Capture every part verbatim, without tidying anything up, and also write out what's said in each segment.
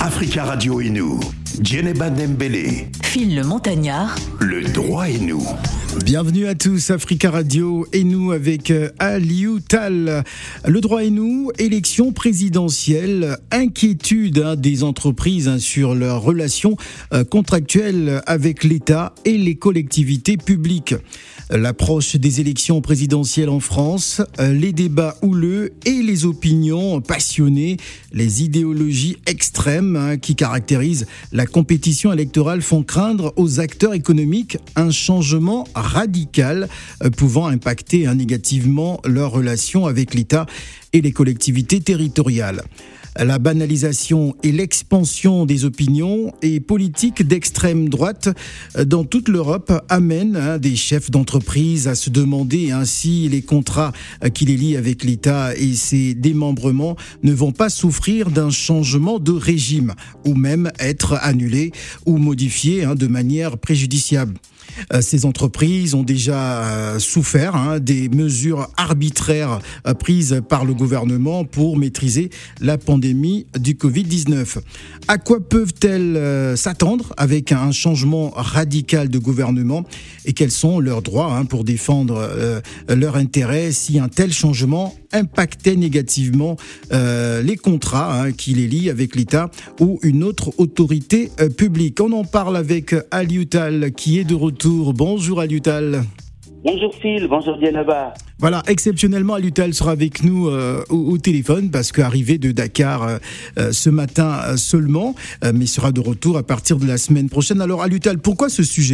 Africa Radio et nous, Djeneba Dembélé, Phil le Montagnard, le droit et nous. Bienvenue à tous, Africa Radio et nous avec Aliou Tal. Le droit et nous, élection présidentielle, inquiétude hein, des entreprises hein, sur leurs relations euh, contractuelles avec l'État et les collectivités publiques. L'approche des élections présidentielles en France, euh, les débats houleux et les opinions passionnées, les idéologies extrêmes hein, qui caractérisent la compétition électorale font craindre aux acteurs économiques un changement radical euh, pouvant impacter hein, négativement leurs relations avec l'État et les collectivités territoriales. La banalisation et l'expansion des opinions et politiques d'extrême droite dans toute l'Europe amènent hein, des chefs d'entreprise à se demander hein, si les contrats qui les lient avec l'État et ses démembrements ne vont pas souffrir d'un changement de régime ou même être annulés ou modifiés hein, de manière préjudiciable. Ces entreprises ont déjà souffert hein, des mesures arbitraires prises par le gouvernement pour maîtriser la pandémie du covid dix-neuf. À quoi peuvent-elles s'attendre avec un changement radical de gouvernement et quels sont leurs droits hein, pour défendre euh, leurs intérêts si un tel changement impactait négativement euh, les contrats hein, qui les lient avec l'État ou une autre autorité euh, publique. On en parle avec Aliou Tal qui est de retour. Bonjour Aliou Tal. Bonjour Phil, bonjour Djeneba. Voilà, exceptionnellement, Aliou Tal sera avec nous euh, au, au téléphone parce qu'arrivé de Dakar euh, euh, ce matin euh, seulement, euh, mais sera de retour à partir de la semaine prochaine. Alors Aliou Tal, pourquoi ce sujet ?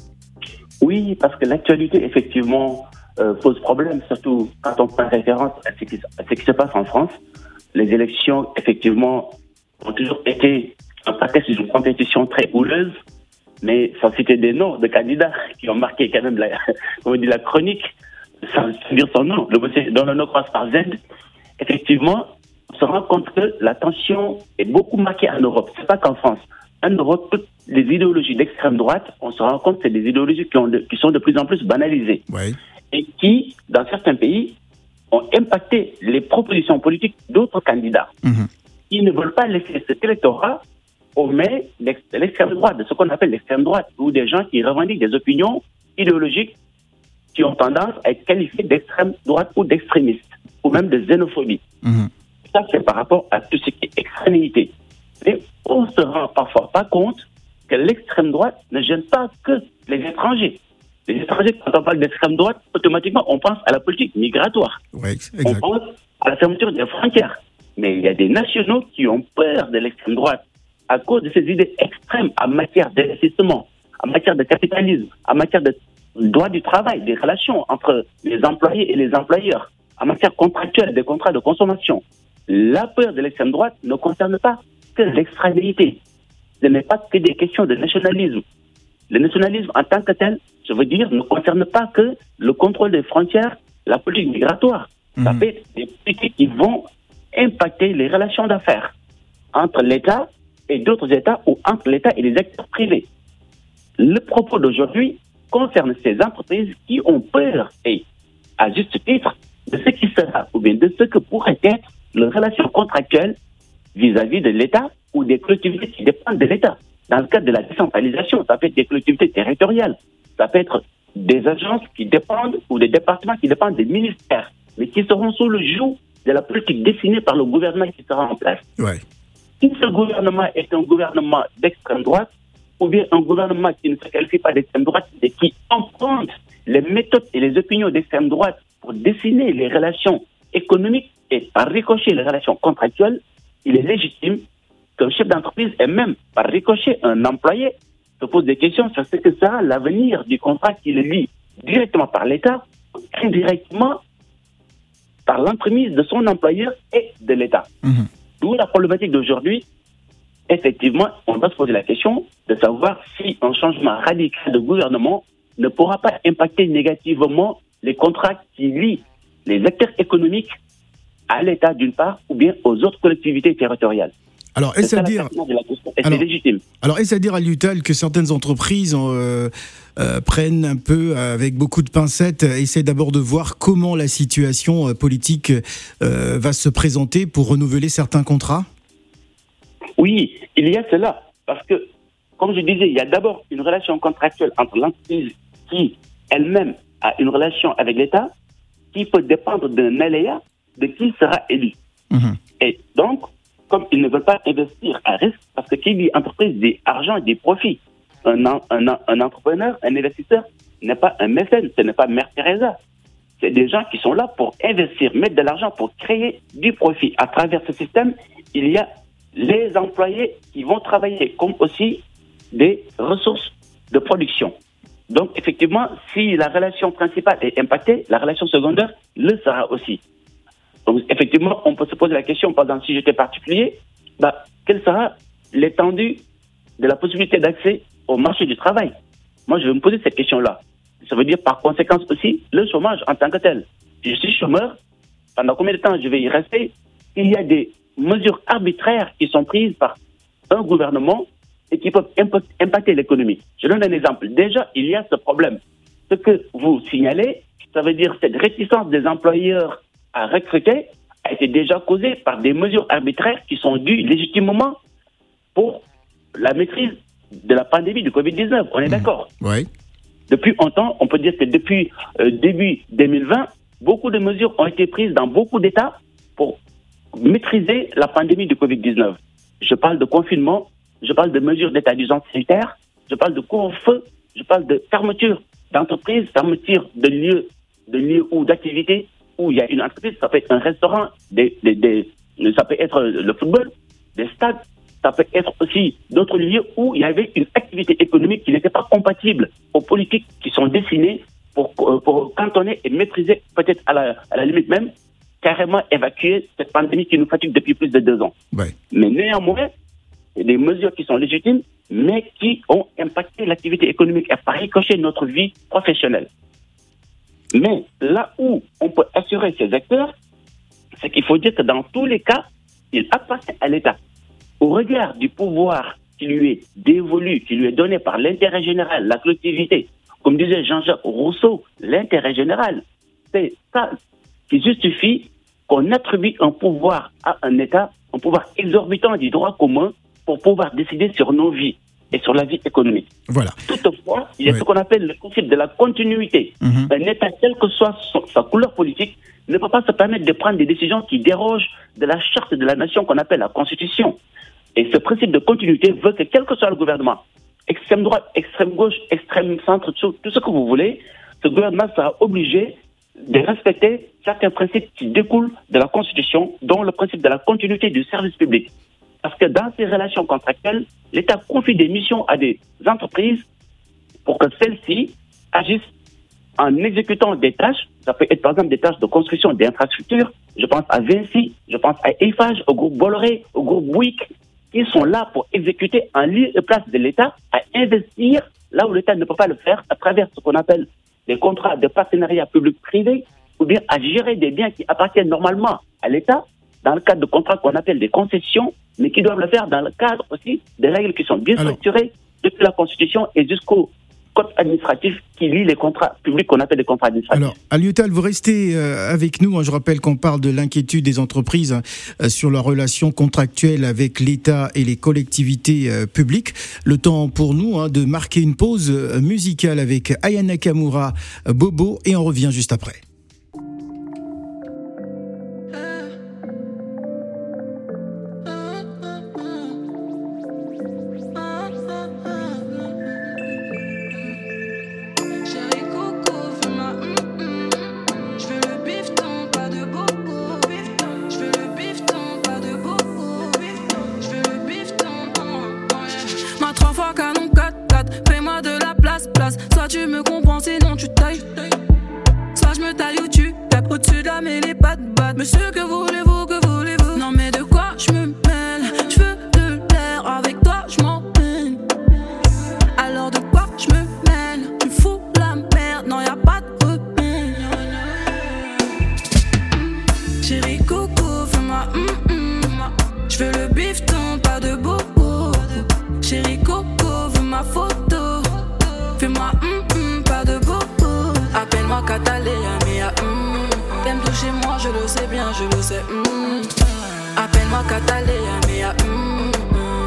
Oui, parce que l'actualité, effectivement, euh, pose problème, surtout quand on prend référence à ce, qui, à ce qui se passe en France. Les élections, effectivement, ont toujours été impactées sur une compétition très houleuse, mais sans citer des noms de candidats qui ont marqué quand même la, on dit la chronique, sans dire son nom, le monsieur dont le nom commence par Z. Effectivement, on se rend compte que la tension est beaucoup marquée en Europe. C'est pas qu'en France. En Europe, toutes les idéologies d'extrême droite, on se rend compte que c'est des idéologies qui, ont de, qui sont de plus en plus banalisées. Oui. Et qui, dans certains pays, ont impacté les propositions politiques d'autres candidats. Mmh. Ils ne veulent pas laisser cet électorat au mai de l'extrême droite, de ce qu'on appelle l'extrême droite, ou des gens qui revendiquent des opinions idéologiques qui ont tendance à être qualifiées d'extrême droite ou d'extrémistes, ou même de xénophobie. Mmh. Ça, c'est par rapport à tout ce qui est extrémité. Mais on ne se rend parfois pas compte que l'extrême droite ne gêne pas que les étrangers. Les étrangers, quand on parle d'extrême droite, automatiquement, on pense à la politique migratoire. Oui, on pense à la fermeture des frontières. Mais il y a des nationaux qui ont peur de l'extrême droite à cause de ces idées extrêmes en matière d'investissement, en matière de capitalisme, en matière de droit du travail, des relations entre les employés et les employeurs, en matière contractuelle, des contrats de consommation. La peur de l'extrême droite ne concerne pas que l'extrémité. Ce n'est pas que des questions de nationalisme. Le nationalisme en tant que tel, je veux dire, ne concerne pas que le contrôle des frontières, la politique migratoire. Mmh. Ça peut être des politiques qui vont impacter les relations d'affaires entre l'État et d'autres États ou entre l'État et les acteurs privés. Le propos d'aujourd'hui concerne ces entreprises qui ont peur, et à juste titre, de ce qui sera ou bien de ce que pourrait être les relations contractuelles vis-à-vis de l'État ou des collectivités qui dépendent de l'État. Dans le cadre de la décentralisation, ça peut être des collectivités territoriales, ça peut être des agences qui dépendent ou des départements qui dépendent des ministères, mais qui seront sous le joug de la politique dessinée par le gouvernement qui sera en place. Ouais. Si ce gouvernement est un gouvernement d'extrême droite, ou bien un gouvernement qui ne se qualifie pas d'extrême droite et qui emprunte les méthodes et les opinions d'extrême droite pour dessiner les relations économiques et par ricochet les relations contractuelles, il est légitime qu'un chef d'entreprise et même par ricochet un employé se pose des questions sur ce que sera l'avenir du contrat qui le lie directement par l'État, indirectement par l'entremise de son employeur et de l'État. Mmh. D'où la problématique d'aujourd'hui. Effectivement, on doit se poser la question de savoir si un changement radical de gouvernement ne pourra pas impacter négativement les contrats qui lient les acteurs économiques à l'État d'une part ou bien aux autres collectivités territoriales. Alors, est-ce à dire, est alors, légitime. Alors, est-ce à dire, Aliou Tal, que certaines entreprises euh, euh, prennent un peu, avec beaucoup de pincettes, essaient d'abord de voir comment la situation politique euh, va se présenter pour renouveler certains contrats ? Oui, il y a cela. Parce que, comme je disais, il y a d'abord une relation contractuelle entre l'entreprise qui, elle-même, a une relation avec l'État, qui peut dépendre d'un aléa de qui sera élu. Mmh. Et donc, comme ils ne veulent pas investir à risque, parce que qui dit entreprise dit argent, dit profit. Un, un, un, un entrepreneur, un investisseur n'est pas un mécène, ce n'est pas Mère Teresa. C'est des gens qui sont là pour investir, mettre de l'argent pour créer du profit. À travers ce système, il y a les employés qui vont travailler, comme aussi des ressources de production. Donc, effectivement, si la relation principale est impactée, la relation secondaire le sera aussi. Donc, effectivement, on peut se poser la question, par exemple, si j'étais particulier, bah, quelle sera l'étendue de la possibilité d'accès au marché du travail? Moi, je vais me poser cette question-là. Ça veut dire, par conséquence aussi, le chômage en tant que tel. Si je suis chômeur, pendant combien de temps je vais y rester? Il y a des mesures arbitraires qui sont prises par un gouvernement et qui peuvent impacter l'économie. Je donne un exemple. Déjà, il y a ce problème. Ce que vous signalez, ça veut dire cette réticence des employeurs à recruter a été déjà causée par des mesures arbitraires qui sont dues légitimement pour la maîtrise de la pandémie du covid dix-neuf. On est mmh. d'accord? Oui. Depuis longtemps, on peut dire que depuis euh, début deux mille vingt, beaucoup de mesures ont été prises dans beaucoup d'États pour maîtriser la pandémie du covid dix-neuf. Je parle de confinement, je parle de mesures d'état d'urgence sanitaire, je parle de couvre-feu, je parle de fermeture d'entreprises, fermeture de lieux, de lieux ou d'activités où il y a une entreprise. Ça peut être un restaurant, des, des, des, ça peut être le football, des stades, ça peut être aussi d'autres lieux où il y avait une activité économique qui n'était pas compatible aux politiques qui sont dessinées pour, pour cantonner et maîtriser, peut-être à la, à la limite même, carrément évacuer cette pandémie qui nous fatigue depuis plus de deux ans. Ouais. Mais néanmoins, il y a des mesures qui sont légitimes, mais qui ont impacté l'activité économique et par ricochet notre vie professionnelle. Mais là où on peut assurer ces acteurs, c'est qu'il faut dire que dans tous les cas, il appartient à l'État. Au regard du pouvoir qui lui est dévolu, qui lui est donné par l'intérêt général, la collectivité, comme disait Jean-Jacques Rousseau, l'intérêt général, c'est ça qui justifie qu'on attribue un pouvoir à un État, un pouvoir exorbitant du droit commun pour pouvoir décider sur nos vies et sur la vie économique. Voilà. Toutefois, il y a oui. ce qu'on appelle le principe de la continuité. Mm-hmm. Un État, quelle que soit son, sa couleur politique, ne peut pas se permettre de prendre des décisions qui dérogent de la charte de la nation qu'on appelle la Constitution. Et ce principe de continuité veut que quel que soit le gouvernement, extrême droite, extrême gauche, extrême centre, tout, tout ce que vous voulez, ce gouvernement sera obligé de respecter certains principes qui découlent de la Constitution, dont le principe de la continuité du service public. Parce que dans ces relations contractuelles, l'État confie des missions à des entreprises pour que celles-ci agissent en exécutant des tâches. Ça peut être par exemple des tâches de construction d'infrastructures. Je pense à Vinci, je pense à Eiffage, au groupe Bolloré, au groupe Bouygues. Ils sont là pour exécuter en lieu et place de l'État, à investir là où l'État ne peut pas le faire à travers ce qu'on appelle des contrats de partenariat public-privé, ou bien à gérer des biens qui appartiennent normalement à l'État dans le cadre de contrats qu'on appelle des concessions, mais qui doivent le faire dans le cadre aussi des règles qui sont bien structurées depuis la Constitution et jusqu'au code administratif qui lie les contrats publics qu'on appelle des contrats administratifs. Alors, Aliou Tal, vous restez euh, avec nous. Je rappelle qu'on parle de l'inquiétude des entreprises euh, sur leur relation contractuelle avec l'État et les collectivités euh, publiques. Le temps pour nous hein, de marquer une pause euh, musicale avec Aya Nakamura, euh, Bobo, et on revient juste après. Soit tu me comprends, sinon tu tailles. Soit je me taille ou tu tapes au-dessus de la mêlée, pas de batte. Monsieur, que voulez-vous, que voulez-vous? Non mais de quoi je me mêle? Je veux de l'air, avec toi je m'emmène. Alors de quoi je me mêle? Tu fous la merde, non y'a pas de remède. Chérie coco, fais-moi hum-hum. Je veux le bifton, pas de bobo. Chérie coco, veux ma photo. Fais-moi hum hum, pas de bobo. Appelle-moi Catalina, mia hum. T'aimes toucher moi, je le sais bien, je le sais hum. Appelle-moi Catalina, mia hum.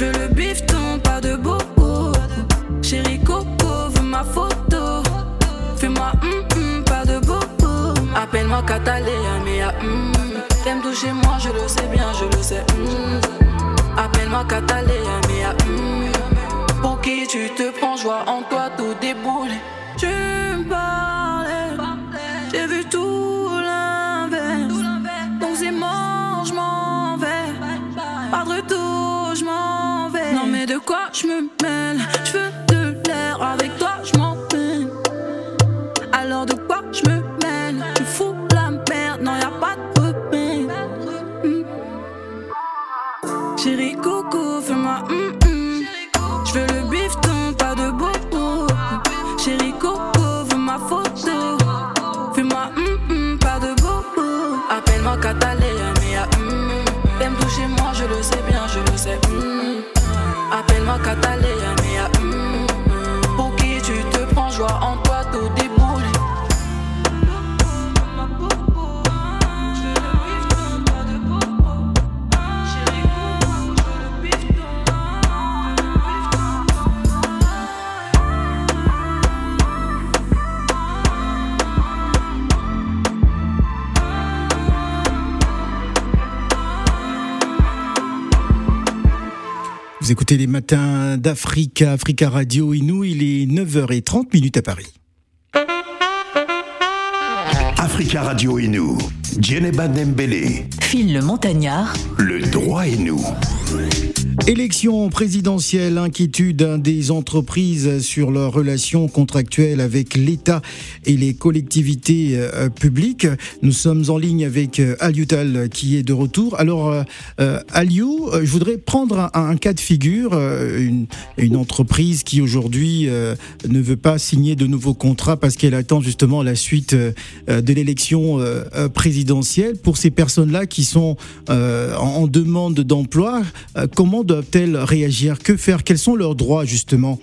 Je veux le bifton, pas de bobo. Chérie Coco, veux ma photo. Fais-moi hum hum, pas de bobo. Appelle-moi Catalina, mais ah hum. T'aimes toucher moi, je le sais bien, je le sais hum. Appelle-moi Catalina, mais ah hum. Pour qui tu te prends, je vois en toi tout débouler. Tu me parlais, j'ai vu tout l'inverse. Donc c'est mort, je m'en vais. Pas de retour, je m'en vais. Non mais de quoi je me mêle? Je veux de l'air, avec toi je m'en peine. Alors de quoi je me mêle? Tu fous la merde, non y'a pas de repère. mm. Chérie Coco, fais-moi hum hum. Je veux le bifton, pas de bobo. Chérie Coco, veux ma photo. Fais-moi hum hum, pas de bobo. Appelle-moi Catalina, mais ah hum. T'aimes toucher moi, je le sais bien, je le sais hum. Appelle-moi Catalina, mais ah hum. Pour qui tu te prends, je vois en toi tout débouler. Vous écoutez les matins d'Africa, Africa Radio Inou, il est neuf heures trente minutes à Paris. Africa Radio Inou, Djeneba Dembélé, Phil le Montagnard, le droit Inou. Élection présidentielle, inquiétude des entreprises sur leurs relations contractuelles avec l'État et les collectivités euh, publiques. Nous sommes en ligne avec euh, Aliou Tal qui est de retour. Alors euh, Aliou, euh, je voudrais prendre un, un cas de figure, euh, une, une entreprise qui aujourd'hui euh, ne veut pas signer de nouveaux contrats parce qu'elle attend justement la suite euh, de l'élection euh, présidentielle. Pour ces personnes-là qui sont euh, en, en demande d'emploi, euh, comment doivent-elles réagir? Que faire? Quels sont leurs droits, justement?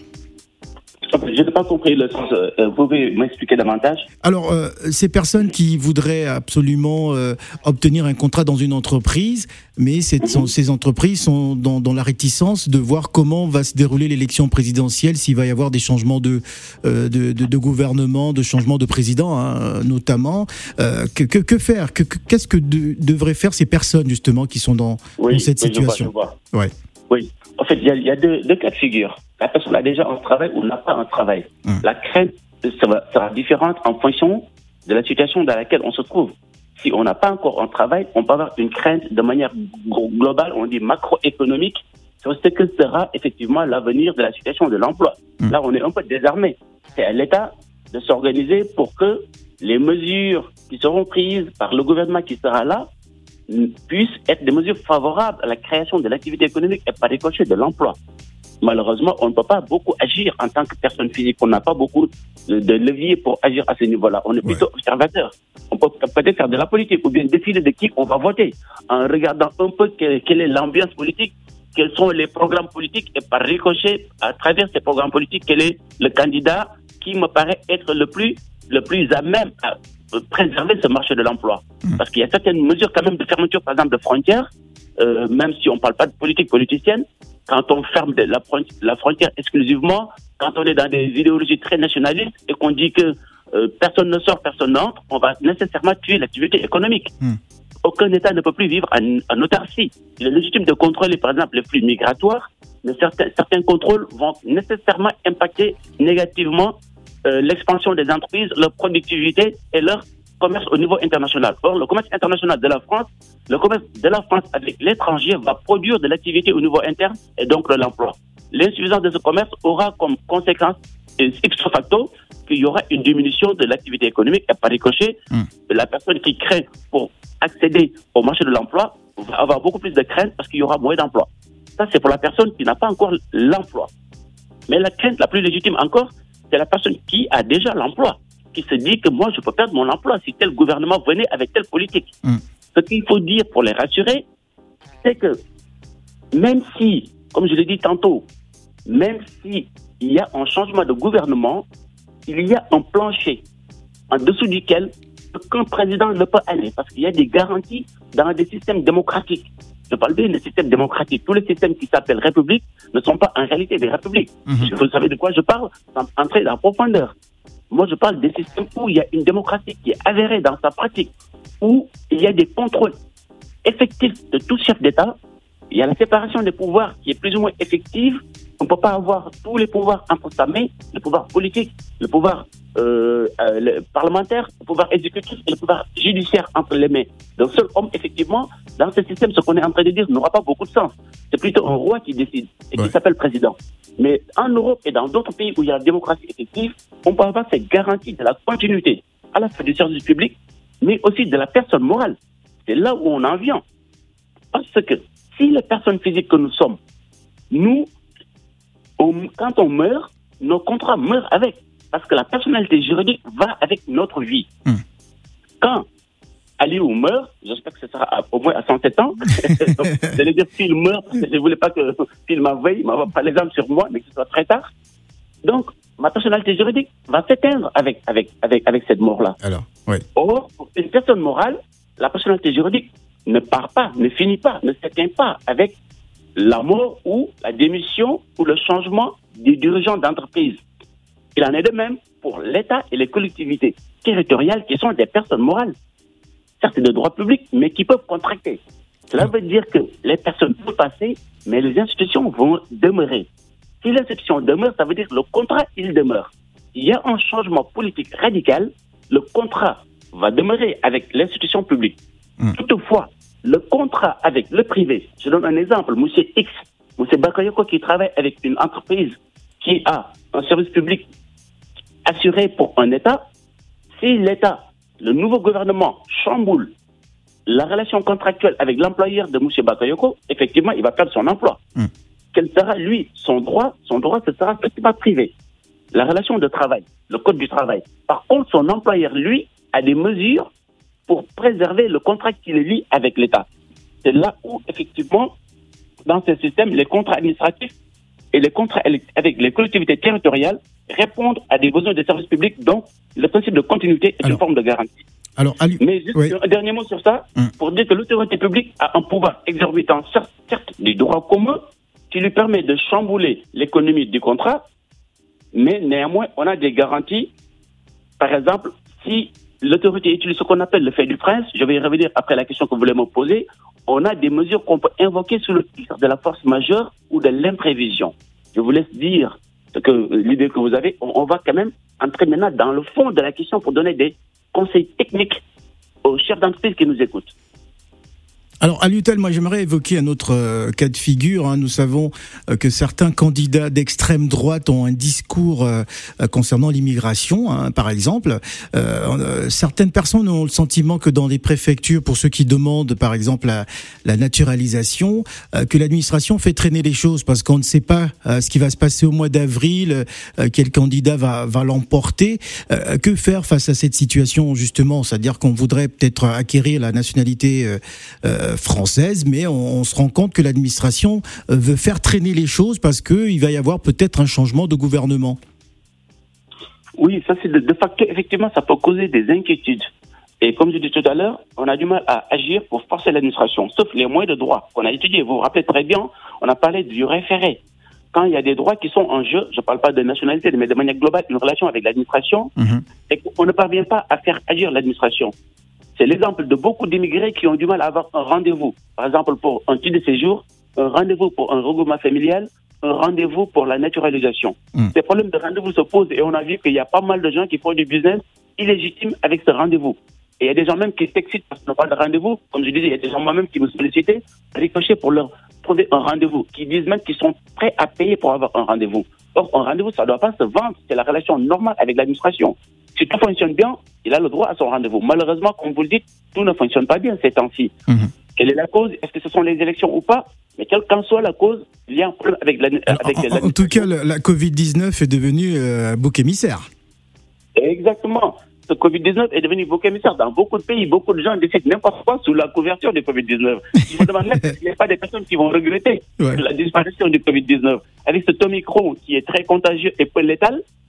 Je n'ai pas compris le sens. Vous pouvez m'expliquer davantage? Alors, euh, ces personnes qui voudraient absolument euh, obtenir un contrat dans une entreprise, mais cette, mm-hmm. sont, ces entreprises sont dans, dans la réticence de voir comment va se dérouler l'élection présidentielle, s'il va y avoir des changements de, euh, de, de, de gouvernement, de changements de président, hein, notamment. Euh, que, que, que faire? que, que, Qu'est-ce que de, devraient faire ces personnes, justement, qui sont dans, oui, dans cette oui, situation? je vois, je vois. Ouais. Oui, en fait, il y a, y a deux, deux cas de figure. La personne a déjà un travail ou n'a pas un travail. Hum. La crainte sera, sera différente en fonction de la situation dans laquelle on se trouve. Si on n'a pas encore un travail, on peut avoir une crainte de manière globale, on dit macroéconomique, sur ce que sera effectivement l'avenir de la situation de l'emploi. Hum. Là, on est un peu désarmé. C'est à l'État de s'organiser pour que les mesures qui seront prises par le gouvernement qui sera là puissent être des mesures favorables à la création de l'activité économique et par ricochet de l'emploi. Malheureusement, on ne peut pas beaucoup agir en tant que personne physique. On n'a pas beaucoup de, de leviers pour agir à ce niveau-là. On est plutôt ouais. observateur. On peut peut-être faire de la politique ou bien décider de qui on va voter en regardant un peu quelle, quelle est l'ambiance politique, quels sont les programmes politiques et par ricochet, à travers ces programmes politiques, quel est le candidat qui me paraît être le plus, le plus à même à préserver ce marché de l'emploi. Mmh. Parce qu'il y a certaines mesures quand même de fermeture, par exemple, de frontières, euh, même si on ne parle pas de politique politicienne, quand on ferme de la, la frontière exclusivement, quand on est dans des idéologies très nationalistes et qu'on dit que euh, personne ne sort, personne n'entre, on va nécessairement tuer l'activité économique. Mmh. Aucun État ne peut plus vivre en, en autarcie. Il est légitime de contrôler, par exemple, les flux migratoires, mais certains, certains contrôles vont nécessairement impacter négativement Euh, l'expansion des entreprises, leur productivité et leur commerce au niveau international. Or, le commerce international de la France, le commerce de la France avec l'étranger va produire de l'activité au niveau interne et donc de l'emploi. L'insuffisance de ce commerce aura comme conséquence ipso facto qu'il y aura une diminution de l'activité économique et par ricochet, mmh. la personne qui craint pour accéder au marché de l'emploi va avoir beaucoup plus de crainte parce qu'il y aura moins d'emplois. Ça, c'est pour la personne qui n'a pas encore l'emploi. Mais la crainte la plus légitime encore, c'est la personne qui a déjà l'emploi, qui se dit que moi, je peux perdre mon emploi si tel gouvernement venait avec telle politique. Mmh. Ce qu'il faut dire pour les rassurer, c'est que même si, comme je l'ai dit tantôt, même s'il y a un changement de gouvernement, il y a un plancher en dessous duquel aucun président ne peut aller, parce qu'il y a des garanties dans des systèmes démocratiques. Je parle bien des systèmes démocratiques. Tous les systèmes qui s'appellent république ne sont pas en réalité des républiques. Mm-hmm. Vous savez de quoi je parle sans entrer dans la profondeur. Moi, je parle des systèmes où il y a une démocratie qui est avérée dans sa pratique, où il y a des contrôles effectifs de tout chef d'État. Il y a la séparation des pouvoirs qui est plus ou moins effective. On ne peut pas avoir tous les pouvoirs entre sa main, le pouvoir politique, le pouvoir euh, euh, le parlementaire, le pouvoir exécutif et le pouvoir judiciaire entre les mains. Donc, seul homme, effectivement, dans ce système, ce qu'on est en train de dire n'aura pas beaucoup de sens. C'est plutôt un roi qui décide et ouais. qui s'appelle président. Mais en Europe et dans d'autres pays où il y a la démocratie effective, on peut avoir cette garantie de la continuité à la fois du service public, mais aussi de la personne morale. C'est là où on en vient. Parce que si les personnes physiques que nous sommes, nous, on, quand on meurt, nos contrats meurent avec. Parce que la personnalité juridique va avec notre vie. Mmh. Quand Aliou meurt, j'espère que ce sera à, au moins à cent sept ans. Donc, j'allais dire s'il meurt, parce que je ne voulais pas que s'il m'envahit, m'envoie pas les âmes sur moi, mais que ce soit très tard. Donc, ma personnalité juridique va s'éteindre avec, avec, avec, avec cette mort-là. Alors, oui. Or, pour une personne morale, la personnalité juridique ne part pas, ne finit pas, ne s'éteint pas avec la mort ou la démission ou le changement des dirigeants d'entreprise. Il en est de même pour l'État et les collectivités territoriales qui sont des personnes morales. Certes, de droit public, mais qui peuvent contracter. Cela veut dire que les personnes peuvent passer, mais les institutions vont demeurer. Si l'institution demeure, ça veut dire que le contrat, il demeure. S'il y a un changement politique radical, le contrat va demeurer avec l'institution publique. Mmh. Toutefois, le contrat avec le privé, je donne un exemple, M. X, M. Bakayoko qui travaille avec une entreprise qui a un service public assuré pour un État, si l'État, le nouveau gouvernement chamboule la relation contractuelle avec l'employeur de M. Bakayoko, effectivement, il va perdre son emploi. Mmh. Quel sera, lui, son droit? Son droit, ce sera effectivement privé. La relation de travail, le code du travail. Par contre, son employeur, lui, a des mesures pour préserver le contrat qu'il lie avec l'État. C'est là où, effectivement, dans ce système, les contrats administratifs et les contrats avec les collectivités territoriales répondent à des besoins de services publics, donc le principe de continuité est Alors, une forme de garantie. Alors, Ali, Mais juste oui. un dernier mot sur ça, hum. pour dire que l'autorité publique a un pouvoir exorbitant, certes, certes du droit commun, qui lui permet de chambouler l'économie du contrat, mais néanmoins, on a des garanties. Par exemple, si l'autorité utilise ce qu'on appelle le fait du prince, je vais y revenir après la question que vous voulez me poser, on a des mesures qu'on peut invoquer sous le titre de la force majeure ou de l'imprévision. Je vous laisse dire ce que, l'idée que vous avez. On, on va quand même entrer maintenant dans le fond de la question pour donner des conseils techniques aux chefs d'entreprise qui nous écoutent. Alors, Aliou Tal, moi j'aimerais évoquer un autre euh, cas de figure. Hein. Nous savons euh, que certains candidats d'extrême droite ont un discours euh, concernant l'immigration, hein, par exemple. Euh, euh, certaines personnes ont le sentiment que dans les préfectures, pour ceux qui demandent par exemple la, la naturalisation, euh, que l'administration fait traîner les choses parce qu'on ne sait pas euh, ce qui va se passer au mois d'avril, euh, quel candidat va, va l'emporter. Euh, que faire face à cette situation justement? C'est-à-dire qu'on voudrait peut-être acquérir la nationalité euh, euh, française, mais on, on se rend compte que l'administration veut faire traîner les choses parce qu'il va y avoir peut-être un changement de gouvernement. Oui, ça c'est de, de facto, effectivement, ça peut causer des inquiétudes. Et comme je disais tout à l'heure, on a du mal à agir pour forcer l'administration, sauf les moyens de droit qu'on a étudiés. Vous vous rappelez très bien, on a parlé du référé. Quand il y a des droits qui sont en jeu, je ne parle pas de nationalité, mais de manière globale, une relation avec l'administration, mmh. et qu'on ne parvient pas à faire agir l'administration. C'est l'exemple de beaucoup d'immigrés qui ont du mal à avoir un rendez-vous. Par exemple, pour un titre de séjour, un rendez-vous pour un regroupement familial, un rendez-vous pour la naturalisation. Mmh. Ces problèmes de rendez-vous se posent et on a vu qu'il y a pas mal de gens qui font du business illégitime avec ce rendez-vous. Et il y a des gens même qui s'excitent parce qu'on n'a pas de rendez-vous. Comme je disais, il y a des gens moi-même qui me sollicitaient, ricocher pour leur trouver un rendez-vous, qui disent même qu'ils sont prêts à payer pour avoir un rendez-vous. Or, un rendez-vous, ça ne doit pas se vendre. C'est la relation normale avec l'administration. Si tout fonctionne bien, il a le droit à son rendez-vous. Malheureusement, comme vous le dites, tout ne fonctionne pas bien ces temps-ci. Mmh. Quelle est la cause? Est-ce que ce sont les élections ou pas? Mais quelle qu'en soit la cause, il y a un problème avec, la, avec en, l'administration. En tout cas, la covid dix-neuf est devenue euh, un bouc émissaire. Exactement. Ce covid dix-neuf est devenu bouc émissaire. Dans beaucoup de pays, beaucoup de gens décident n'importe quoi sous la couverture du covid dix-neuf. Je me demande même s'il n'y a pas des personnes qui vont regretter ouais. la disparition du covid dix-neuf. Avec cet Omicron qui est très contagieux et peu létal,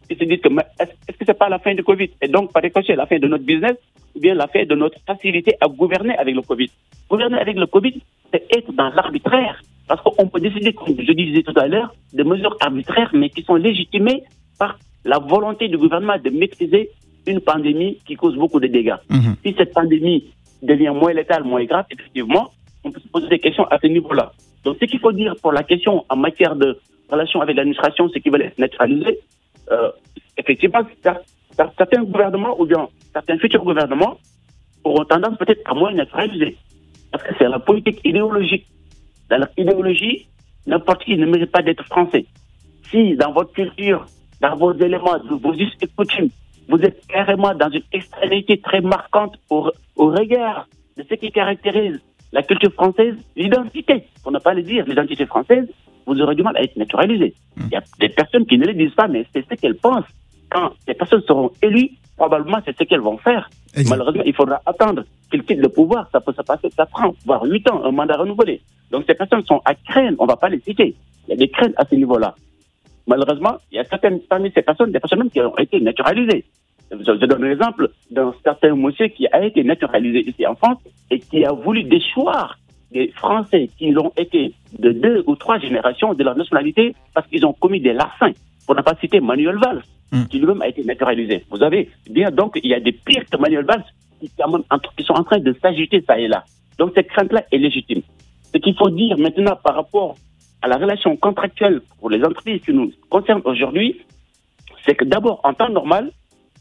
ils se disent que mais est-ce, est-ce que c'est pas la fin du Covid? Et donc, par ricochet, la fin de notre business, ou bien la fin de notre facilité à gouverner avec le Covid. Gouverner avec le Covid, c'est être dans l'arbitraire. Parce qu'on peut décider, comme je disais tout à l'heure, de mesures arbitraires, mais qui sont légitimées par la volonté du gouvernement de maîtriser une pandémie qui cause beaucoup de dégâts. Mmh. Si cette pandémie devient moins létale, moins grave, effectivement, on peut se poser des questions à ce niveau-là. Donc, ce qu'il faut dire pour la question en matière de relation avec l'administration, c'est qu'ils veulent être neutralisés. Euh, effectivement, certains gouvernements ou bien certains futurs gouvernements auront tendance peut-être à moins neutraliser. Parce que c'est la politique idéologique. Dans leur idéologie, n'importe qui ne mérite pas d'être français. Si dans votre culture, dans vos éléments, vos us et coutumes, vous êtes carrément dans une extrémité très marquante au, au regard de ce qui caractérise la culture française, l'identité, pour ne pas le dire, l'identité française, vous aurez du mal à être naturalisé. Mmh. Il y a des personnes qui ne le disent pas, mais c'est ce qu'elles pensent. Quand ces personnes seront élues, probablement c'est ce qu'elles vont faire. Exact. Malheureusement, il faudra attendre qu'ils quittent le pouvoir. Ça peut se passer quatre ans, voire huit ans, un mandat renouvelé. Donc ces personnes sont à craindre, on ne va pas les citer. Il y a des craintes à ce niveau-là. Malheureusement, il y a certaines parmi ces personnes, des personnes même qui ont été naturalisées. Je, je donne l'exemple d'un certain monsieur qui a été naturalisé ici en France et qui a voulu déchoir des Français qui l'ont été de deux ou trois générations de leur nationalité parce qu'ils ont commis des larcins. Pour ne pas citer Manuel Valls, mmh. qui lui-même a été naturalisé. Vous avez bien donc, il y a des pires que Manuel Valls qui, quand même, qui sont en train de s'agiter ça et là. Donc cette crainte-là est légitime. Ce qu'il faut dire maintenant par rapport à la relation contractuelle pour les entreprises qui nous concernent aujourd'hui, c'est que d'abord, en temps normal,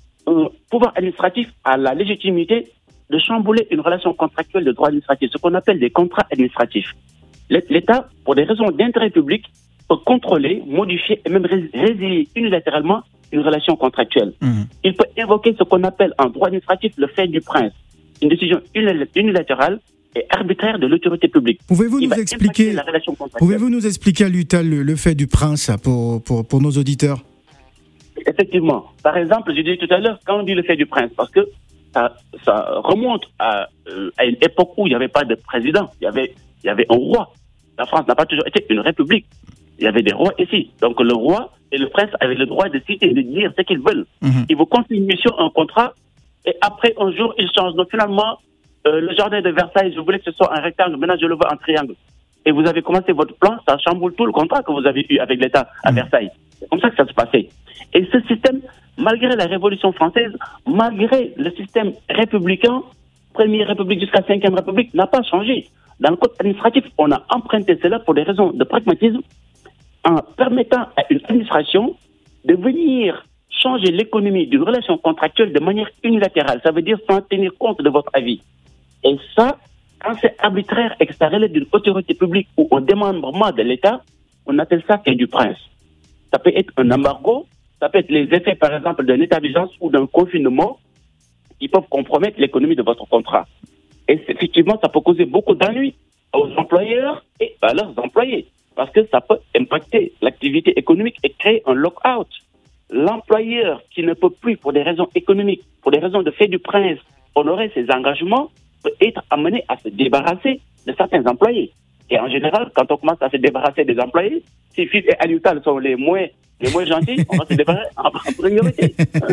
un pouvoir administratif a la légitimité de chambouler une relation contractuelle de droit administratif, ce qu'on appelle des contrats administratifs. L'État, pour des raisons d'intérêt public, peut contrôler, modifier et même résilier unilatéralement une relation contractuelle. Mmh. Il peut invoquer ce qu'on appelle en droit administratif le fait du prince, une décision unilatérale et arbitraire de l'autorité publique. Pouvez-vous nous expliquer, pouvez-vous nous expliquer à l'Utal le, le fait du prince pour, pour, pour nos auditeurs? Effectivement. Par exemple, je disais tout à l'heure, quand on dit le fait du prince, parce que ça, ça remonte à, euh, à une époque où il n'y avait pas de président, il y avait, il y avait un roi. La France n'a pas toujours été une république. Il y avait des rois ici. Donc le roi et le prince avaient le droit de citer et de dire ce qu'ils veulent. Mm-hmm. Ils vous confient une mission, un contrat, et après un jour, ils changent. Donc finalement, euh, le jardin de Versailles, je voulais que ce soit un rectangle, maintenant je le veux en triangle. Et vous avez commencé votre plan, ça chamboule tout le contrat que vous avez eu avec l'État à mm-hmm. Versailles. C'est comme ça que ça se passait. Et ce système, malgré la Révolution française, malgré le système républicain, première République jusqu'à cinquième République, n'a pas changé. Dans le code administratif, on a emprunté cela pour des raisons de pragmatisme, en permettant à une administration de venir changer l'économie d'une relation contractuelle de manière unilatérale. Ça veut dire sans tenir compte de votre avis. Et ça, quand c'est arbitraire et que ça relève d'une autorité publique ou un démembrement de l'État, on appelle ça fait du prince. Ça peut être un embargo, ça peut être les effets, par exemple, d'un état d'urgence ou d'un confinement qui peuvent compromettre l'économie de votre contrat. Et effectivement, ça peut causer beaucoup d'ennuis aux employeurs et à leurs employés, parce que ça peut impacter l'activité économique et créer un lock-out. L'employeur qui ne peut plus, pour des raisons économiques, pour des raisons de fait du prince, honorer ses engagements, peut être amené à se débarrasser de certains employés. Et en général, quand on commence à se débarrasser des employés, si F I F et Alioutal sont les moins, les moins gentils, on va se débarrasser en priorité.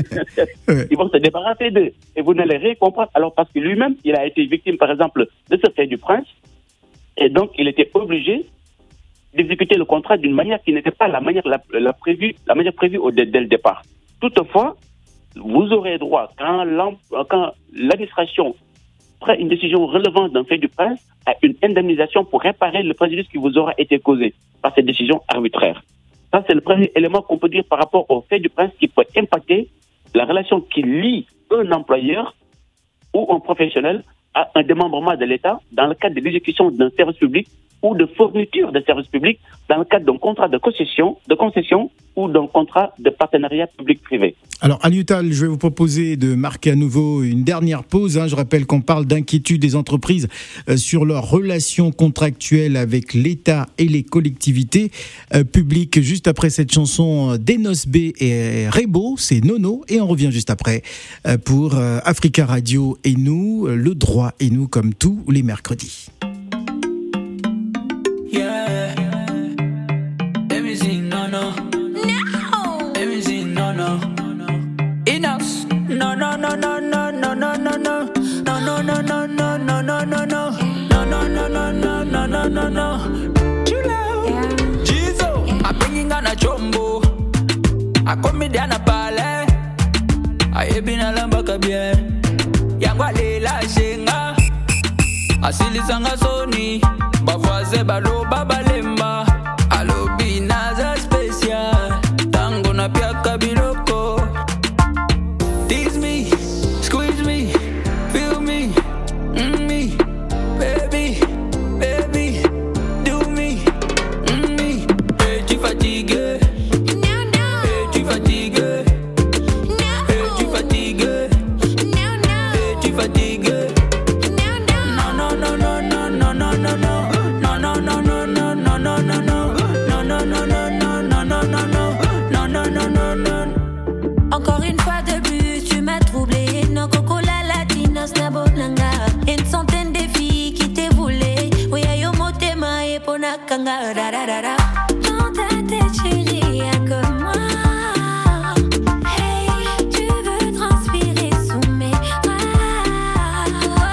Ils vont se débarrasser d'eux. Et vous n'allez rien comprendre. Alors, parce que lui-même, il a été victime, par exemple, de ce fait du prince. Et donc, il était obligé d'exécuter le contrat d'une manière qui n'était pas la manière, la, la prévue, la manière prévue au, dès, dès le départ. Toutefois, vous aurez droit, quand, quand l'administration prend une décision relevant d'un fait du prince, à une indemnisation pour réparer le préjudice qui vous aura été causé par cette décision arbitraire. Ça, c'est le premier élément qu'on peut dire par rapport au fait du prince qui peut impacter la relation qui lie un employeur ou un professionnel à un démembrement de l'État dans le cadre de l'exécution d'un service public ou de fourniture de services publics dans le cadre d'un contrat de concession, de concession ou d'un contrat de partenariat public-privé. Alors, Alioutal, je vais vous proposer de marquer à nouveau une dernière pause. Hein. Je rappelle qu'on parle d'inquiétude des entreprises euh, sur leurs relations contractuelles avec l'État et les collectivités euh, publiques. Juste après cette chanson d'Enos B et Rebo, c'est Nono. Et on revient juste après euh, pour euh, Africa Radio et nous, euh, le droit et nous, comme tous les mercredis. No. no, no. Chill out. Yeah. Jizo, yeah. I'm bringing on a chombo. I come me down a ballet. I have been a lambaka bien. Yangwa lela shenga. Asili sanga soni. Bavoise balo babalemba. Alobi naza special. Tango na piaka biloko. Tease me, squeeze me, feel me, mm me, baby, baby, do me, mm me. Hey, tu fatigué? No, no. Hey, tu fatigué? No. Hey, tu fatigué? No, no. Hey, tu fatigué? No, no. No, no, no, no, no, no, no, no, no. No, no, no, no, no, no, no, no, no. No, no, no, no, no, no, no, no, no. No, no, no, no, no. Encore une fois de plus, tu m'as troublé. No coco la latinos na bonanga. Une centaine de filles qui te voulaient. Oui, ayo motema et ponakanga. Da da da da. Dans ta tête, chérie, y'a comme moi. Hey, tu veux transpirer sous mes bras.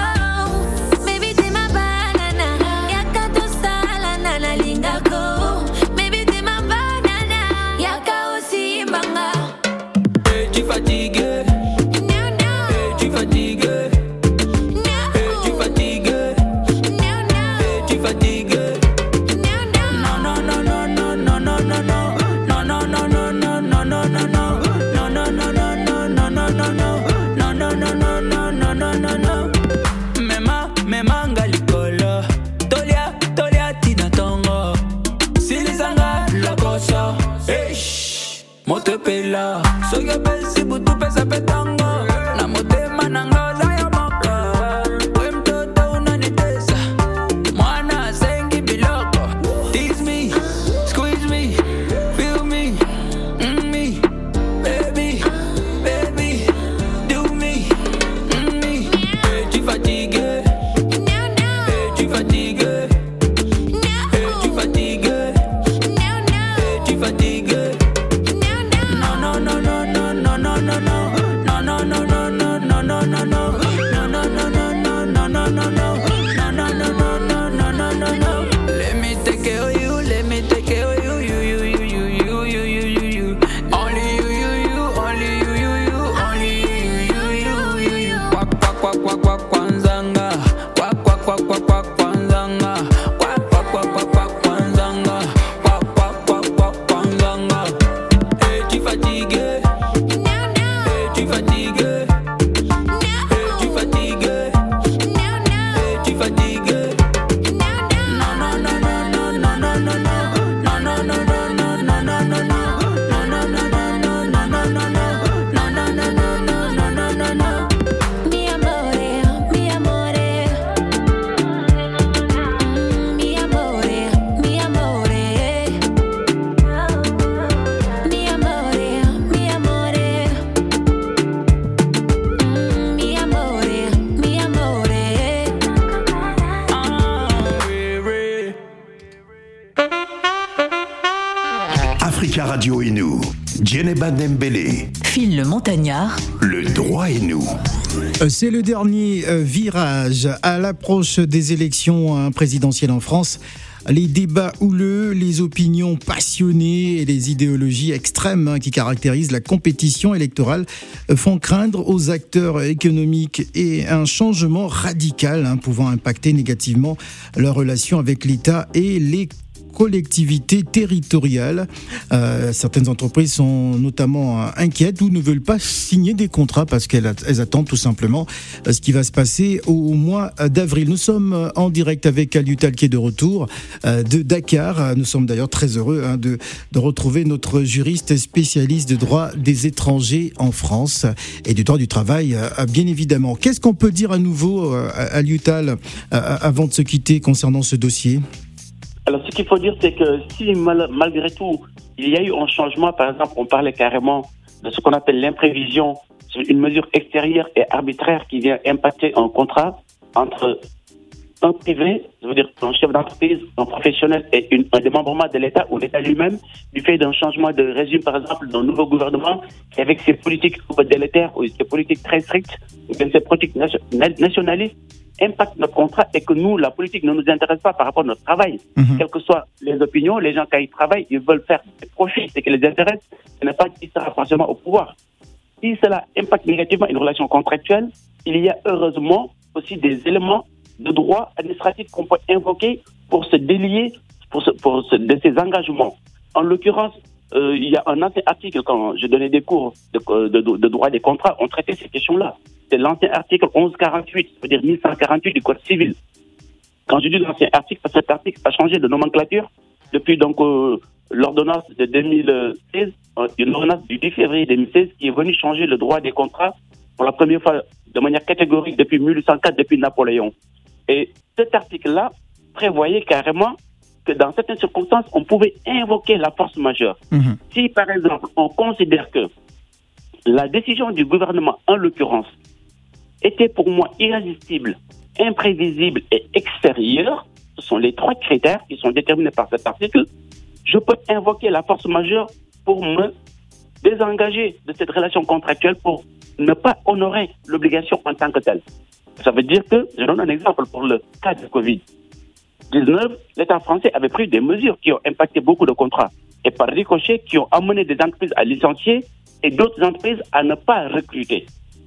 Oh, baby, t'es ma banana. Y'a qu'à tout ça, la nana lingako. Baby, t'es ma banana. Y'a qu'à aussi manga. Hey, tu fatigué? No, no. Hey, tu fatigué? No. Hey, tu fatigué? No, no. Hey, tu fatigué? No, no. No, no, no, no, no, no, no, no, no. No, no, no, no, no, no, no, no, no. No, no, no, no, no, no, no, no, no. No, no, no, no, no, no, no, no, no. Mema, mema ngalikolo. Tolia, tolia tina tongo. Silizanga lokoso. Hey, shh. Motepela. Soya besi butu pesa petango. Na motema nanga zaya mokla. Wem toto unanitesa. Mwana sengi biloko. Tease me, squeeze me, feel me, mm me, baby, baby, do me, mm me. Hey, tu fatigué? No, no. Hey, tu fatigué? No. Hey, tu fatigué? No, no. Hey, tu fatigué? No, no. No, no, no, no, no, no, no, no, no. No, no, no, no, no, no, no, no, no. No, no, no, no, no, no, no, no, no. No, no, no, no, no, no, no, no, no. Let me take care of you, let me take care of you, you, you, you, you, you, you, you, you, you. Only you, you, you, only you, you, you, only you, you, you, you, you. Quack, quack, quack, quack, quack, kwanzanga. Quack, quack, quack, quack, quack, kwanzanga. Quack, quack, quack, quack, quack, kwanzanga. Quack, quack, quack, quack, kwanzanga. Hey, tu fatigué? No, no. Hey, tu fatigué? No. Hey, tu fatigué? No, no. Hey, tu fatigué? No, no. No, no, no, no, no, no, no, no. No, no, no, no, no, no, no, no, no. No, no, no, no, no, no, no, no, no. No, no, no, no, no, no, no, no, no. Mi amore, mi amore. Mm, mi amore, mi amore. Mi amore, mi amore. Mm, mi amore, mi amore. Ah, oui, oui. Africa Radio et nous. Djeneba Dembélé. Phil le Montagnard. Le droit et nous. Euh, C'est le dernier euh, virage à l'approche des élections hein, présidentielles en France. Les débats houleux, les opinions passionnées et les idéologies extrêmes hein, qui caractérisent la compétition électorale euh, font craindre aux acteurs économiques et un changement radical hein, pouvant impacter négativement leurs relations avec l'État et les collectivités territoriales. Euh, certaines entreprises sont notamment euh, inquiètes ou ne veulent pas signer des contrats parce qu'elles elles attendent tout simplement euh, ce qui va se passer au, au mois d'avril. Nous sommes euh, en direct avec Aliou Tal qui est de retour euh, de Dakar. Nous sommes d'ailleurs très heureux hein, de, de retrouver notre juriste spécialiste de droit des étrangers en France et du droit du travail, euh, bien évidemment. Qu'est-ce qu'on peut dire à nouveau, euh, Aliou Tal, euh, avant de se quitter concernant ce dossier ? Alors, ce qu'il faut dire, c'est que si mal, malgré tout, il y a eu un changement, par exemple, on parlait carrément de ce qu'on appelle l'imprévision, une mesure extérieure et arbitraire qui vient impacter un contrat entre un privé, je veux dire un chef d'entreprise, un professionnel et une, un démembrement de l'État ou l'État lui-même, du fait d'un changement de régime, par exemple, d'un nouveau gouvernement, qui avec ses politiques délétères ou ses politiques très strictes, ou bien ses politiques nationalistes, impacte notre contrat et que nous, la politique, ne nous intéresse pas par rapport à notre travail. Mmh. Quelles que soient les opinions, les gens, quand ils travaillent, ils veulent faire des profits, c'est ce qui les intéresse, ce n'est pas qui sera forcément au pouvoir. Si cela impacte négativement une relation contractuelle, il y a heureusement aussi des éléments de droit administratif qu'on peut invoquer pour se délier pour ce, pour ce, de ces engagements. En l'occurrence, euh, il y a un ancien article, quand je donnais des cours de, de, de, de droit des contrats, on traitait ces questions-là. C'est l'ancien article onze quarante-huit, c'est-à-dire mille cent quarante-huit du Code civil. Quand je dis l'ancien article, parce que cet article a changé de nomenclature depuis donc euh, l'ordonnance de deux mille seize, euh, une ordonnance du dix février deux mille seize qui est venue changer le droit des contrats pour la première fois de manière catégorique depuis mille huit cent quatre, depuis Napoléon. Et cet article-là prévoyait carrément que dans certaines circonstances, on pouvait invoquer la force majeure. Mmh. Si, par exemple, on considère que la décision du gouvernement, en l'occurrence, était pour moi irrésistible, imprévisible et extérieure, ce sont les trois critères qui sont déterminés par cet article, je peux invoquer la force majeure pour me désengager de cette relation contractuelle pour ne pas honorer l'obligation en tant que telle. Ça veut dire que, je donne un exemple pour le cas de covid dix-neuf, l'État français avait pris des mesures qui ont impacté beaucoup de contrats et par ricochet qui ont amené des entreprises à licencier et d'autres entreprises à ne pas recruter.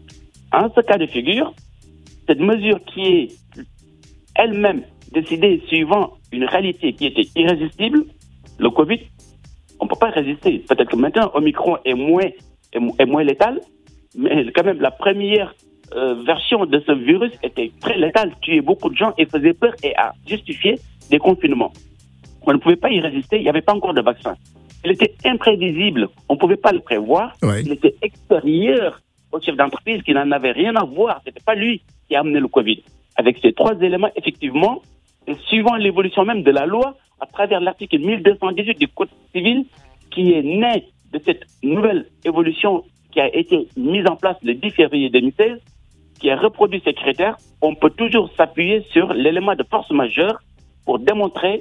En ce cas de figure, cette mesure qui est elle-même décidée suivant une réalité qui était irrésistible, le Covid, on ne peut pas résister. Peut-être que maintenant, Omicron est moins, est, est moins létal, mais quand même, la première euh, version de ce virus était très létale, tuait beaucoup de gens et faisait peur et a justifié des confinements. On ne pouvait pas y résister, il n'y avait pas encore de vaccin. Il était imprévisible, on ne pouvait pas le prévoir, ouais. Il était extérieur au chef d'entreprise qui n'en avait rien à voir, ce n'était pas lui qui a amené le Covid. Avec ces trois éléments, effectivement, et suivant l'évolution même de la loi, à travers l'article mille deux cent dix-huit du Code civil, qui est né de cette nouvelle évolution qui a été mise en place le dix février deux mille seize, qui a reproduit ces critères, on peut toujours s'appuyer sur l'élément de force majeure pour démontrer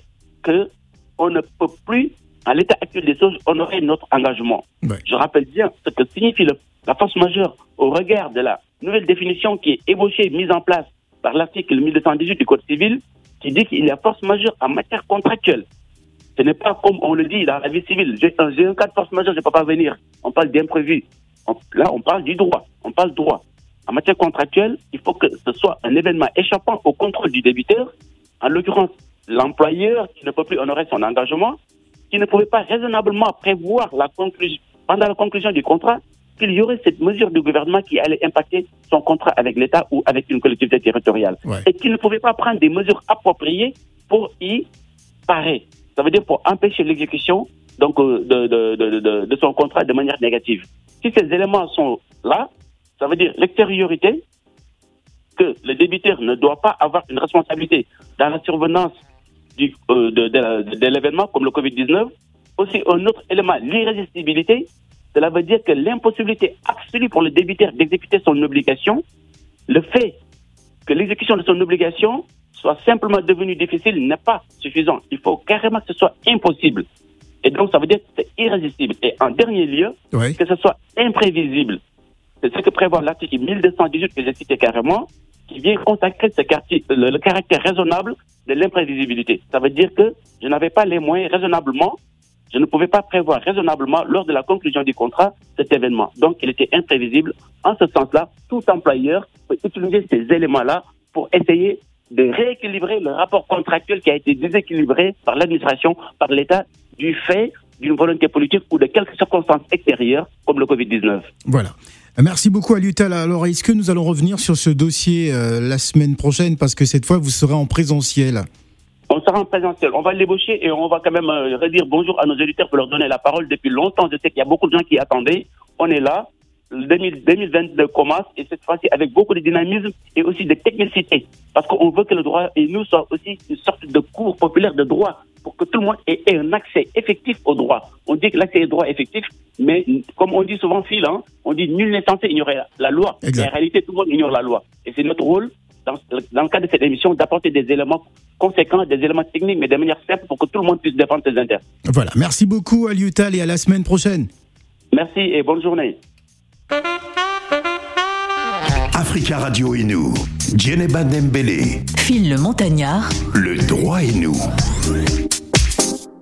qu'on ne peut plus, à l'état actuel des choses, honorer notre engagement. Ouais. Je rappelle bien ce que signifie le, la force majeure au regard de la nouvelle définition qui est ébauchée, mise en place par l'article mille deux cent dix-huit du Code civil, qui dit qu'il y a force majeure en matière contractuelle. Ce n'est pas comme on le dit dans la vie civile. J'ai un, j'ai un cas de force majeure, je ne peux pas venir. On parle d'imprévu. On, là, on parle du droit. On parle droit. En matière contractuelle, il faut que ce soit un événement échappant au contrôle du débiteur, en l'occurrence l'employeur qui ne peut plus honorer son engagement, qui ne pouvait pas raisonnablement prévoir la conclusion, pendant la conclusion du contrat, qu'il y aurait cette mesure du gouvernement qui allait impacter son contrat avec l'État ou avec une collectivité territoriale. Ouais. Et qu'il ne pouvait pas prendre des mesures appropriées pour y parer. Ça veut dire pour empêcher l'exécution donc, de, de, de, de, de son contrat de manière négative. Si ces éléments sont là, ça veut dire l'extériorité, que le débiteur ne doit pas avoir une responsabilité dans la survenance du, euh, de, de, de, de l'événement comme le covid dix-neuf. Aussi, un autre élément, l'irrésistibilité. Cela veut dire que l'impossibilité absolue pour le débiteur d'exécuter son obligation, le fait que l'exécution de son obligation soit simplement devenue difficile n'est pas suffisant. Il faut carrément que ce soit impossible. Et donc, ça veut dire que c'est irrésistible. Et en dernier lieu, oui. que ce soit imprévisible. C'est ce que prévoit l'article mille deux cent dix-huit que j'ai cité carrément, qui vient consacrer ce quartier, le, le caractère raisonnable de l'imprévisibilité. Ça veut dire que je n'avais pas les moyens raisonnablement, je ne pouvais pas prévoir raisonnablement lors de la conclusion du contrat cet événement. Donc, il était imprévisible. En ce sens-là, tout employeur peut utiliser ces éléments-là pour essayer de rééquilibrer le rapport contractuel qui a été déséquilibré par l'administration, par l'État, du fait d'une volonté politique ou de quelques circonstances extérieures comme le covid dix-neuf. Voilà. Merci beaucoup Alioutal. Alors, est-ce que nous allons revenir sur ce dossier euh, la semaine prochaine, parce que cette fois, vous serez en présentiel? On sera en présentiel. On va l'ébaucher et on va quand même euh, redire bonjour à nos auditeurs pour leur donner la parole. Depuis longtemps, je sais qu'il y a beaucoup de gens qui attendaient. On est là. Le deux mille vingt-deux commence et cette fois-ci avec beaucoup de dynamisme et aussi de technicité. Parce qu'on veut que le droit et nous soit aussi une sorte de cours populaire de droit pour que tout le monde ait un accès effectif au droit. On dit que l'accès est droit effectif, mais comme on dit souvent, Phil, hein, on dit nul n'est censé ignorer la loi. Exact. Mais en réalité, tout le monde ignore la loi. Et c'est notre rôle, dans, dans le cadre de cette émission, d'apporter des éléments conséquents, des éléments techniques, mais de manière simple pour que tout le monde puisse défendre ses intérêts. Voilà. Merci beaucoup, Alioutal, et à la semaine prochaine. Merci et bonne journée. Africa Radio et nous, Djeneba Dembélé. Phil le Montagnard. Le droit et nous.